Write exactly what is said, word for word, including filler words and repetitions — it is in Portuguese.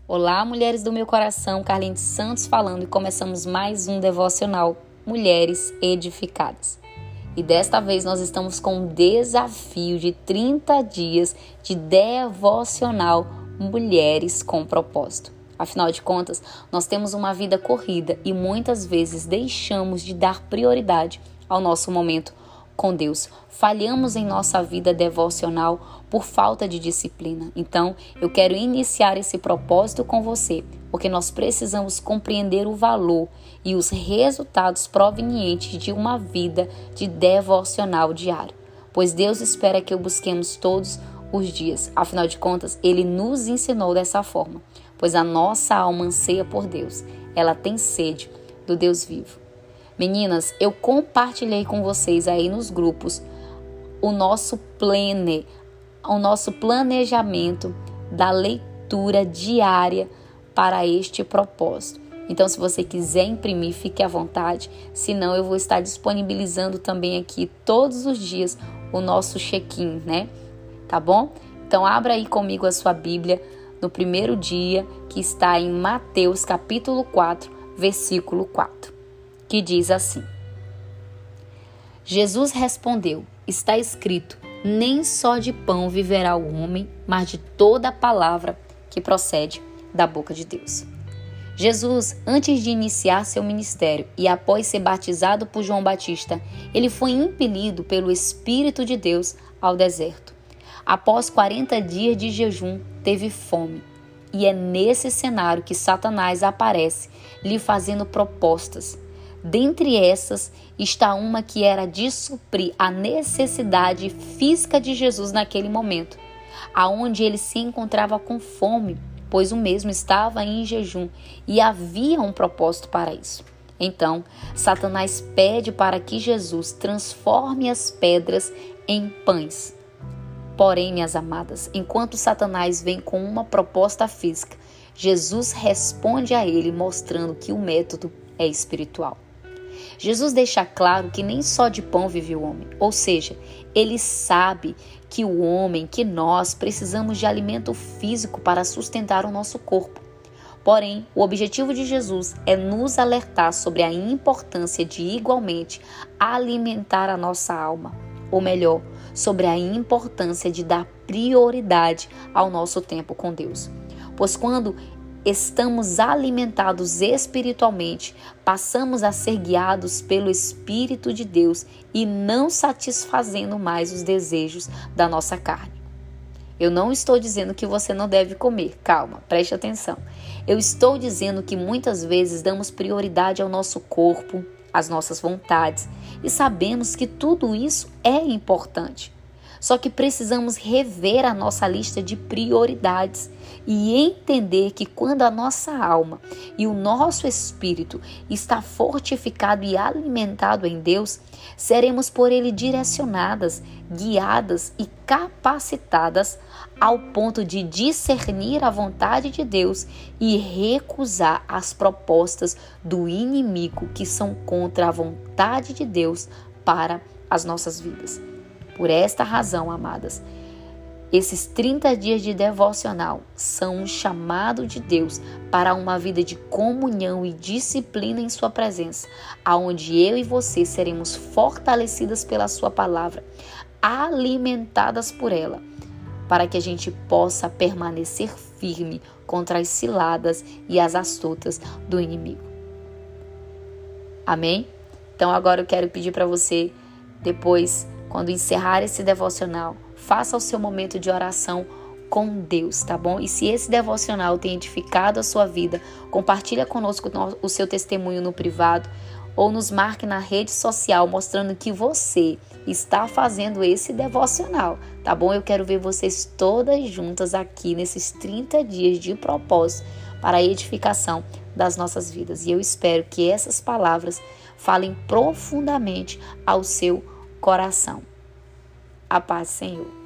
Olá, mulheres do meu coração, Carlinhos Santos falando e começamos mais um devocional Mulheres Edificadas. E desta vez nós estamos com um desafio de trinta dias de devocional Mulheres com Propósito. Afinal de contas, nós temos uma vida corrida e muitas vezes deixamos de dar prioridade ao nosso momento com Deus. Falhamos em nossa vida devocional por falta de disciplina. Então, eu quero iniciar esse propósito com você, porque nós precisamos compreender o valor e os resultados provenientes de uma vida de devocional diário. Pois Deus espera que o busquemos todos os dias. Afinal de contas, Ele nos ensinou dessa forma. Pois a nossa alma anseia por Deus. Ela tem sede do Deus vivo. Meninas, eu compartilhei com vocês aí nos grupos o nosso planner, o nosso planejamento da leitura diária para este propósito. Então, se você quiser imprimir, fique à vontade. Senão, eu vou estar disponibilizando também aqui todos os dias o nosso check-in, né? Tá bom? Então, abra aí comigo a sua Bíblia no primeiro dia, que está em Mateus capítulo quatro, versículo quatro. Que diz assim: Jesus respondeu, está escrito, nem só de pão viverá o homem, mas de toda a palavra que procede da boca de Deus. Jesus, antes de iniciar seu ministério e após ser batizado por João Batista, ele foi impelido pelo Espírito de Deus ao deserto. Após quarenta dias de jejum, teve fome. E é nesse cenário que Satanás aparece, lhe fazendo propostas. Dentre essas, está uma que era de suprir a necessidade física de Jesus naquele momento, aonde ele se encontrava com fome, pois o mesmo estava em jejum e havia um propósito para isso. Então, Satanás pede para que Jesus transforme as pedras em pães. Porém, minhas amadas, enquanto Satanás vem com uma proposta física, Jesus responde a ele mostrando que o método é espiritual. Jesus deixa claro que nem só de pão vive o homem, ou seja, ele sabe que o homem, que nós precisamos de alimento físico para sustentar o nosso corpo. Porém, o objetivo de Jesus é nos alertar sobre a importância de igualmente alimentar a nossa alma, ou melhor, sobre a importância de dar prioridade ao nosso tempo com Deus. Pois quando estamos alimentados espiritualmente, passamos a ser guiados pelo Espírito de Deus e não satisfazendo mais os desejos da nossa carne. Eu não estou dizendo que você não deve comer, calma, preste atenção. Eu estou dizendo que muitas vezes damos prioridade ao nosso corpo, às nossas vontades, e sabemos que tudo isso é importante. Só que precisamos rever a nossa lista de prioridades e entender que quando a nossa alma e o nosso espírito está fortificado e alimentado em Deus, seremos por Ele direcionadas, guiadas e capacitadas ao ponto de discernir a vontade de Deus e recusar as propostas do inimigo que são contra a vontade de Deus para as nossas vidas. Por esta razão, amadas, esses trinta dias de devocional são um chamado de Deus para uma vida de comunhão e disciplina em sua presença, aonde eu e você seremos fortalecidas pela sua palavra, alimentadas por ela, para que a gente possa permanecer firme contra as ciladas e as astutas do inimigo. Amém? Então agora eu quero pedir para você, depois, quando encerrar esse devocional, faça o seu momento de oração com Deus, tá bom? E se esse devocional tem edificado a sua vida, compartilha conosco o seu testemunho no privado ou nos marque na rede social mostrando que você está fazendo esse devocional, tá bom? Eu quero ver vocês todas juntas aqui nesses trinta dias de propósito para a edificação das nossas vidas. E eu espero que essas palavras falem profundamente ao seu coração. A paz, Senhor.